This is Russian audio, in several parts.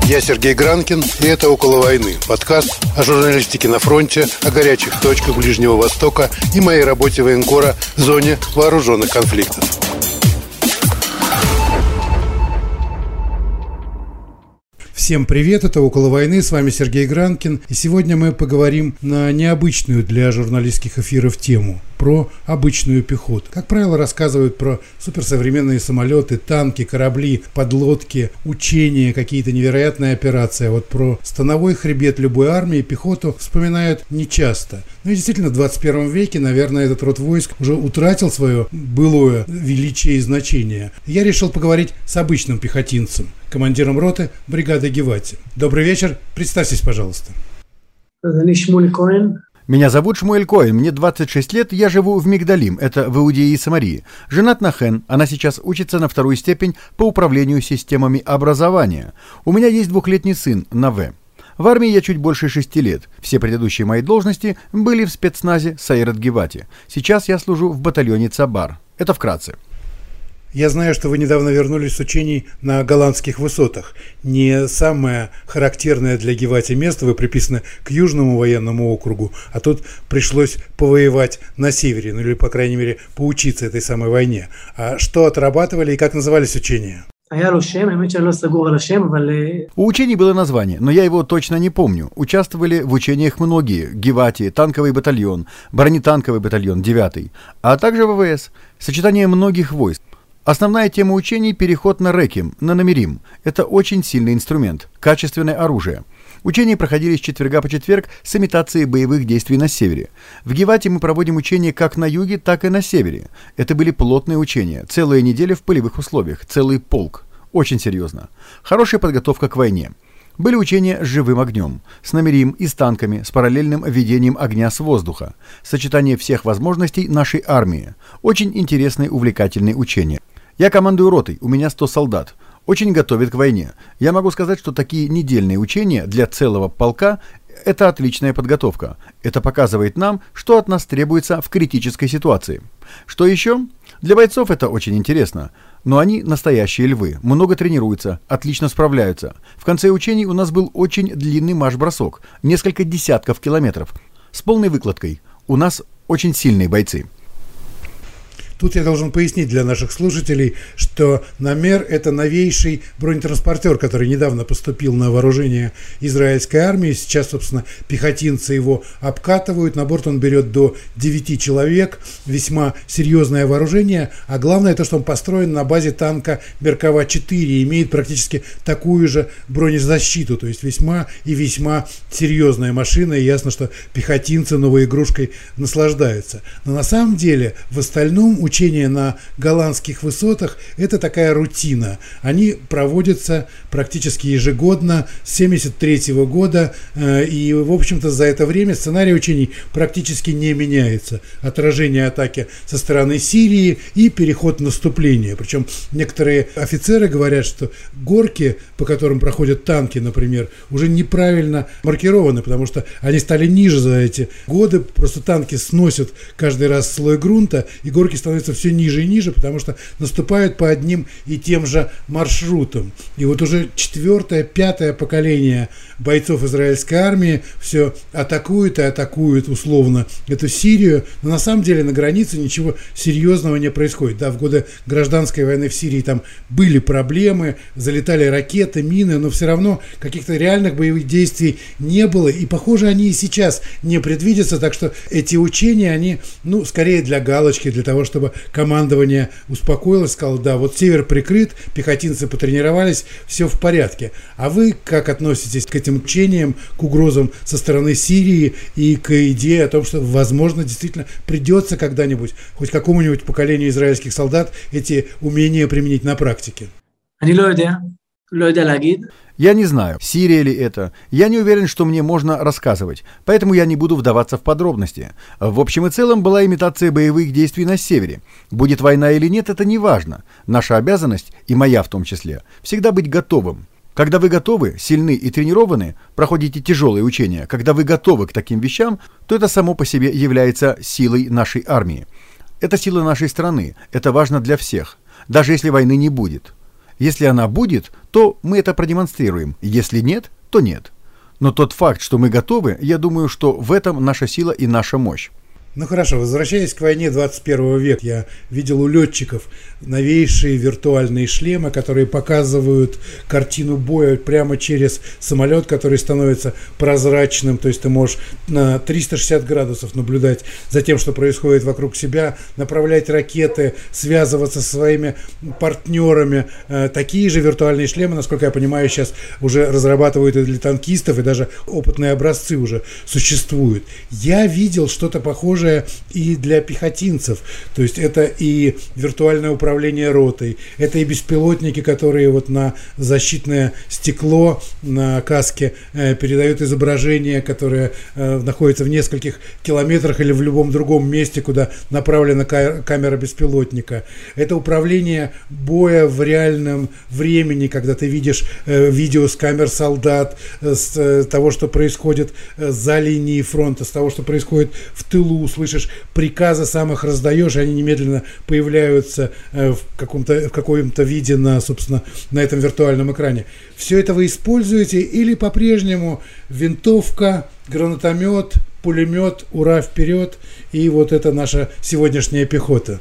Я Сергей Гранкин, и это «Около войны» – подкаст о журналистике на фронте, о горячих точках Ближнего Востока и моей работе военкора в зоне вооруженных конфликтов. Всем привет, это «Около войны», с вами Сергей Гранкин, и сегодня мы поговорим на необычную для журналистских эфиров тему – про обычную пехоту. Как правило, рассказывают про суперсовременные самолеты, танки, корабли, подлодки, учения, какие-то невероятные операции. А вот про становой хребет любой армии, пехоту вспоминают нечасто. Ну и действительно, в 21 веке, наверное, этот род войск уже утратил свое былое величие и значение. Я решил поговорить с обычным пехотинцем, командиром роты бригады Гевати. Добрый вечер, представьтесь, пожалуйста. Меня зовут Шмуэль Коэн, мне 26 лет, я живу в Мигдалим, это в Иудее и Самарии. Женат на Хен, она сейчас учится на вторую степень по управлению системами образования. У меня есть 2-летний сын, Наве. В армии я чуть больше 6 лет. Все предыдущие мои должности были в спецназе Сайрат Гевати. Сейчас я служу в батальоне Цабар. Это вкратце. Я знаю, что вы недавно вернулись с учений на голландских высотах. Не самое характерное для Гевати место, вы приписаны к Южному военному округу, а тут пришлось повоевать на севере, ну или, по крайней мере, поучиться этой самой войне. А что отрабатывали и как назывались учения? У учений было название, но я его точно не помню. Участвовали в учениях многие: Гевати, танковый батальон, бронетанковый батальон, 9-й, а также ВВС, сочетание многих войск. Основная тема учений – переход на Реким, на Намирим. Это очень сильный инструмент, качественное оружие. Учения проходили с четверга по четверг с имитацией боевых действий на севере. В Гевати мы проводим учения как на юге, так и на севере. Это были плотные учения, целая неделя в полевых условиях, целый полк. Очень серьезно. Хорошая подготовка к войне. Были учения с живым огнем, с Намирим и с танками, с параллельным ведением огня с воздуха. Сочетание всех возможностей нашей армии. Очень интересные, увлекательные учения. Я командую ротой, у меня 100 солдат. Очень готовят к войне. Я могу сказать, что такие недельные учения для целого полка – это отличная подготовка. Это показывает нам, что от нас требуется в критической ситуации. Что еще? Для бойцов это очень интересно. Но они настоящие львы, много тренируются, отлично справляются. В конце учений у нас был очень длинный марш-бросок, несколько десятков километров, с полной выкладкой. У нас очень сильные бойцы. Тут я должен пояснить для наших слушателей, что Намер – это новейший бронетранспортер, который недавно поступил на вооружение израильской армии. Сейчас, собственно, пехотинцы его обкатывают. На борт он берет до 9 человек. Весьма серьезное вооружение. А главное то, что он построен на базе танка Меркава-4 и имеет практически такую же бронезащиту. То есть весьма и весьма серьезная машина. И ясно, что пехотинцы новой игрушкой наслаждаются. Но на самом деле в остальном учения на голландских высотах – это такая рутина. Они проводятся практически ежегодно с 1973 года, и, в общем-то, за это время сценарий учений практически не меняется. Отражение атаки со стороны Сирии и переход в наступление. Причем некоторые офицеры говорят, что горки, по которым проходят танки, например, уже неправильно маркированы, потому что они стали ниже за эти годы. Просто танки сносят каждый раз слой грунта, и горки становятся все ниже и ниже, потому что наступают по одним и тем же маршрутам. И вот уже 4-е, 5-е поколение бойцов израильской армии все атакуют и атакуют условно эту Сирию, но на самом деле на границе ничего серьезного не происходит. Да, в годы гражданской войны в Сирии там были проблемы, залетали ракеты, мины, но все равно каких-то реальных боевых действий не было, и похоже они и сейчас не предвидятся, так что эти учения, они, скорее для галочки, для того, чтобы командование успокоилось, сказало: да, вот север прикрыт, пехотинцы потренировались, все в порядке. А вы как относитесь к этим учениям, к угрозам со стороны Сирии и к идее о том, что, возможно, действительно придется когда-нибудь хоть какому-нибудь поколению израильских солдат эти умения применить на практике? Я не знаю, Сирия ли это. Я не уверен, что мне можно рассказывать, поэтому я не буду вдаваться в подробности. В общем и целом была имитация боевых действий на севере. Будет война или нет, это не важно. Наша обязанность, и моя в том числе, всегда быть готовым. Когда вы готовы, сильны и тренированы, проходите тяжелые учения, когда вы готовы к таким вещам, то это само по себе является силой нашей армии. Это сила нашей страны, это важно для всех, даже если войны не будет. Если она будет, то мы это продемонстрируем. Если нет, то нет. Но тот факт, что мы готовы, я думаю, что в этом наша сила и наша мощь. Ну хорошо, возвращаясь к войне 21 века, я видел у летчиков новейшие виртуальные шлемы, которые показывают картину боя прямо через самолет, который становится прозрачным, то есть ты можешь на 360 градусов наблюдать за тем, что происходит вокруг себя, направлять ракеты, связываться со своими партнерами. Такие же виртуальные шлемы, насколько я понимаю, сейчас уже разрабатывают и для танкистов, и даже опытные образцы уже существуют. Я видел что-то похожее и для пехотинцев, то есть это и виртуальное управление ротой, это и беспилотники, которые вот на защитное стекло на каске передают изображение, которое находится в нескольких километрах или в любом другом месте, куда направлена камера беспилотника. Это управление боя в реальном времени, когда ты видишь видео с камер солдат, с того, что происходит за линией фронта, с того, что происходит в тылу, слышишь приказы, сам их раздаешь, и они немедленно появляются в каком-то виде собственно, на этом виртуальном экране. Все это вы используете или по-прежнему винтовка, гранатомет, пулемет, ура, вперед, и вот это наша сегодняшняя пехота?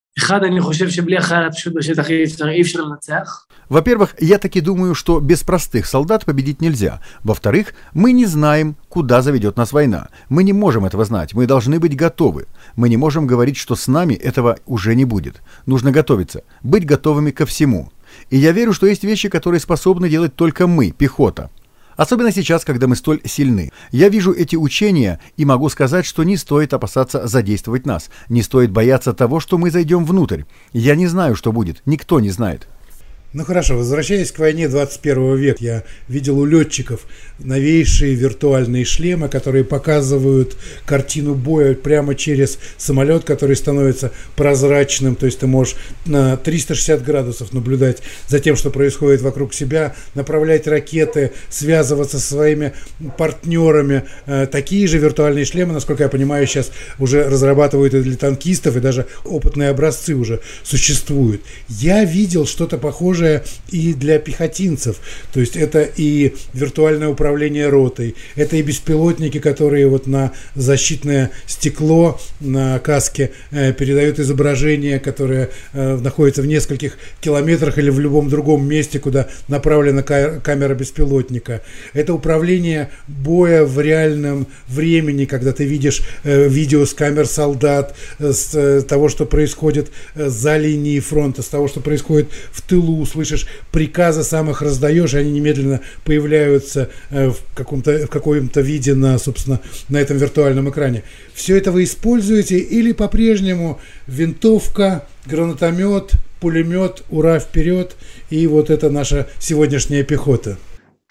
Во-первых, я таки думаю, что без простых солдат победить нельзя. Во-вторых, мы не знаем, куда заведет нас война. Мы не можем этого знать, мы должны быть готовы. Мы не можем говорить, что с нами этого уже не будет. Нужно готовиться, быть готовыми ко всему. И я верю, что есть вещи, которые способны делать только мы, пехота. Особенно сейчас, когда мы столь сильны. Я вижу эти учения и могу сказать, что не стоит опасаться задействовать нас. Не стоит бояться того, что мы зайдем внутрь. Я не знаю, что будет. Никто не знает. Ну хорошо, возвращаясь к войне 21 века, я видел у летчиков новейшие виртуальные шлемы, которые показывают картину боя прямо через самолет, который становится прозрачным, то есть ты можешь на 360 градусов наблюдать за тем, что происходит вокруг себя, направлять ракеты, связываться со своими партнерами. Такие же виртуальные шлемы, насколько я понимаю, сейчас уже разрабатывают и для танкистов, и даже опытные образцы уже существуют. Я видел что-то похожее и для пехотинцев, то есть это и виртуальное управление ротой, это и беспилотники, которые вот на защитное стекло на каске передают изображение, которое находится в нескольких километрах или в любом другом месте, куда направлена камера беспилотника. Это управление боя в реальном времени, когда ты видишь видео с камер солдат, с того, что происходит за линией фронта, с того, что происходит в тылу, слышишь приказы, сам их раздаешь, и они немедленно появляются в каком-то виде собственно, на этом виртуальном экране. Все это вы используете или по-прежнему винтовка, гранатомет, пулемет, ура, вперед, и вот это наша сегодняшняя пехота?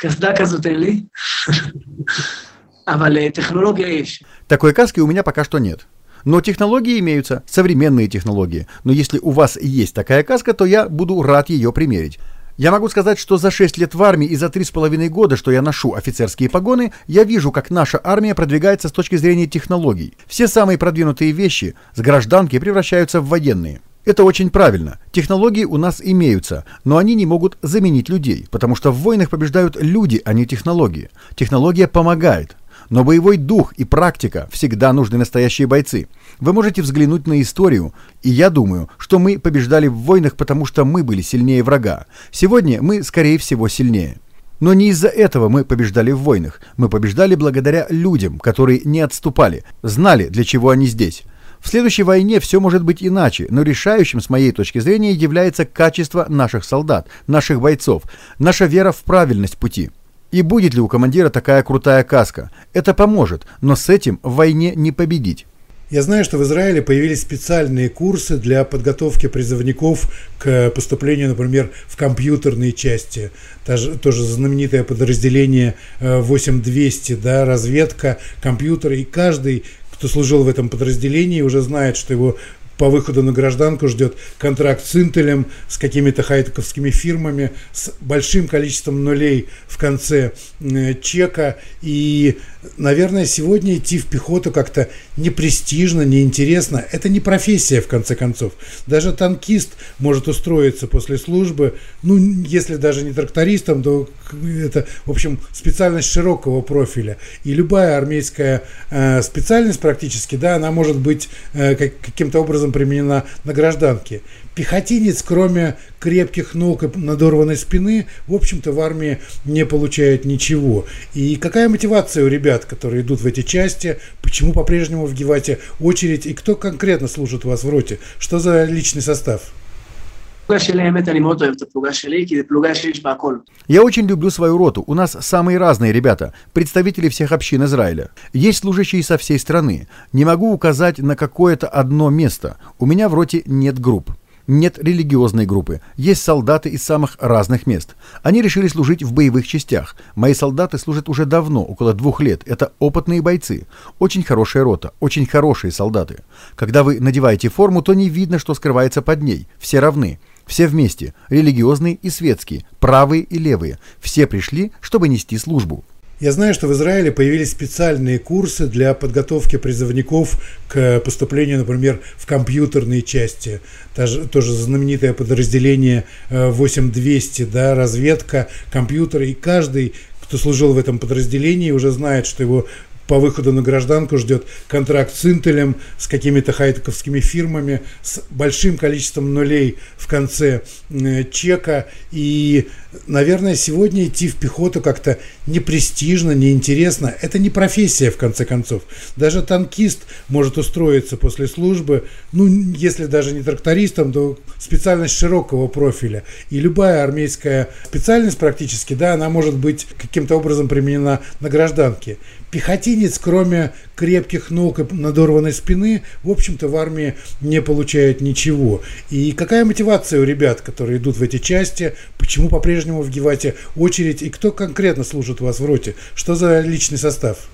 Такой каски у меня пока что нет. Но технологии имеются, современные технологии. Но если у вас есть такая каска, то я буду рад ее примерить. Я могу сказать, что за 6 лет в армии и за 3,5 года, что я ношу офицерские погоны, я вижу, как наша армия продвигается с точки зрения технологий. Все самые продвинутые вещи с гражданки превращаются в военные. Это очень правильно. Технологии у нас имеются, но они не могут заменить людей, потому что в войнах побеждают люди, а не технологии. Технология помогает. Но боевой дух и практика всегда нужны настоящие бойцы. Вы можете взглянуть на историю, и я думаю, что мы побеждали в войнах, потому что мы были сильнее врага. Сегодня мы, скорее всего, сильнее. Но не из-за этого мы побеждали в войнах. Мы побеждали благодаря людям, которые не отступали, знали, для чего они здесь. В следующей войне все может быть иначе, но решающим, с моей точки зрения, является качество наших солдат, наших бойцов, наша вера в правильность пути. И будет ли у командира такая крутая каска? Это поможет, но с этим в войне не победить. Я знаю, что в Израиле появились специальные курсы для подготовки призывников к поступлению, например, в компьютерные части. Тоже знаменитое подразделение 8200, да, разведка, компьютеры. И каждый, кто служил в этом подразделении, уже знает, что его по выходу на гражданку ждет контракт с Интелем, с какими-то хай-тековскими фирмами, с большим количеством нулей в конце чека. И, наверное, сегодня идти в пехоту как-то не престижно, не интересно. Это не профессия, в конце концов. Даже танкист может устроиться после службы, ну, если даже не трактористом, то это, в общем, специальность широкого профиля. И любая армейская специальность практически, да, она может быть каким-то образом применена на гражданке. Пехотинец, кроме крепких ног и надорванной спины, в общем-то, в армии не получает ничего. И какая мотивация у ребят, которые идут в эти части? Почему по-прежнему в Гивате очередь? И кто конкретно служит у вас в роте? Что за личный состав? Я очень люблю свою роту. У нас самые разные ребята, представители всех общин Израиля. Есть служащие со всей страны. Не могу указать на какое-то одно место. У меня в роте нет групп. Нет религиозной группы. Есть солдаты из самых разных мест. Они решили служить в боевых частях. Мои солдаты служат уже давно, около 2 лет. Это опытные бойцы. Очень хорошая рота, очень хорошие солдаты. Когда вы надеваете форму, то не видно, что скрывается под ней. Все равны. Все вместе. Религиозные и светские. Правые и левые. Все пришли, чтобы нести службу. Я знаю, что в Израиле появились специальные курсы для подготовки призывников к поступлению, например, в компьютерные части. Тоже знаменитое подразделение 8200, да, разведка, компьютеры. И каждый, кто служил в этом подразделении, уже знает, что его по выходу на гражданку ждет контракт с Интелем, с какими-то хай-тековскими фирмами, с большим количеством нулей в конце чека. И, наверное, сегодня идти в пехоту как-то не престижно, не интересно. Это не профессия, в конце концов. Даже танкист может устроиться после службы, ну, если даже не трактористом, то специальность широкого профиля. И любая армейская специальность практически, да, она может быть каким-то образом применена на гражданке. Пехотинец, кроме крепких ног и надорванной спины, в общем-то, в армии не получает ничего. И какая мотивация у ребят, которые идут в эти части? Почему по-прежнему в Гивате очередь? И кто конкретно служит у вас в роте? Что за личный состав?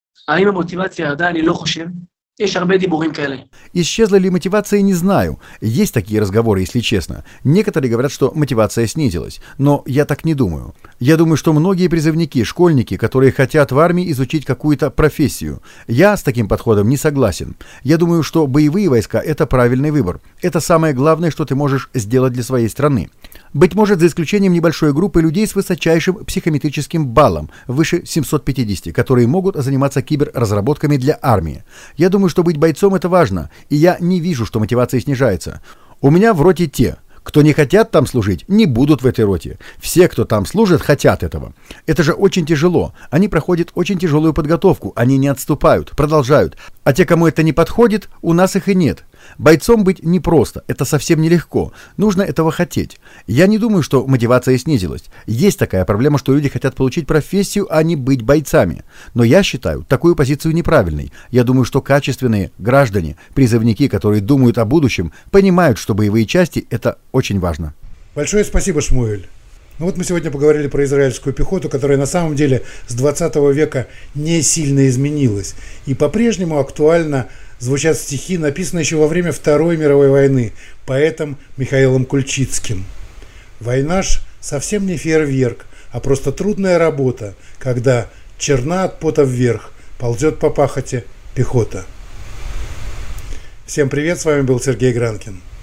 Исчезла ли мотивация, не знаю. Есть такие разговоры, если честно. Некоторые говорят, что мотивация снизилась. Но я так не думаю. Я думаю, что многие призывники, школьники, которые хотят в армии изучить какую-то профессию. Я с таким подходом не согласен. Я думаю, что боевые войска – это правильный выбор. Это самое главное, что ты можешь сделать для своей страны. Быть может, за исключением небольшой группы людей с высочайшим психометрическим баллом, выше 750, которые могут заниматься киберразработками для армии. Я думаю, что быть бойцом – это важно, и я не вижу, что мотивация снижается. У меня в роте те, кто не хотят там служить, не будут в этой роте. Все, кто там служит, хотят этого. Это же очень тяжело. Они проходят очень тяжелую подготовку, они не отступают, продолжают. А те, кому это не подходит, у нас их и нет. Бойцом быть непросто, это совсем нелегко. Нужно этого хотеть. Я не думаю, что мотивация снизилась. Есть такая проблема, что люди хотят получить профессию, а не быть бойцами. Но я считаю такую позицию неправильной. Я думаю, что качественные граждане, призывники, которые думают о будущем, понимают, что боевые части – это очень важно. Большое спасибо, Шмуэль. Ну вот мы сегодня поговорили про израильскую пехоту, которая на самом деле с 20 века не сильно изменилась. И по-прежнему актуально звучат стихи, написанные еще во время Второй мировой войны поэтом Михаилом Кульчицким. «Война ж совсем не фейерверк, а просто трудная работа, когда черна от пота вверх ползет по пахоте пехота». Всем привет, с вами был Сергей Гранкин.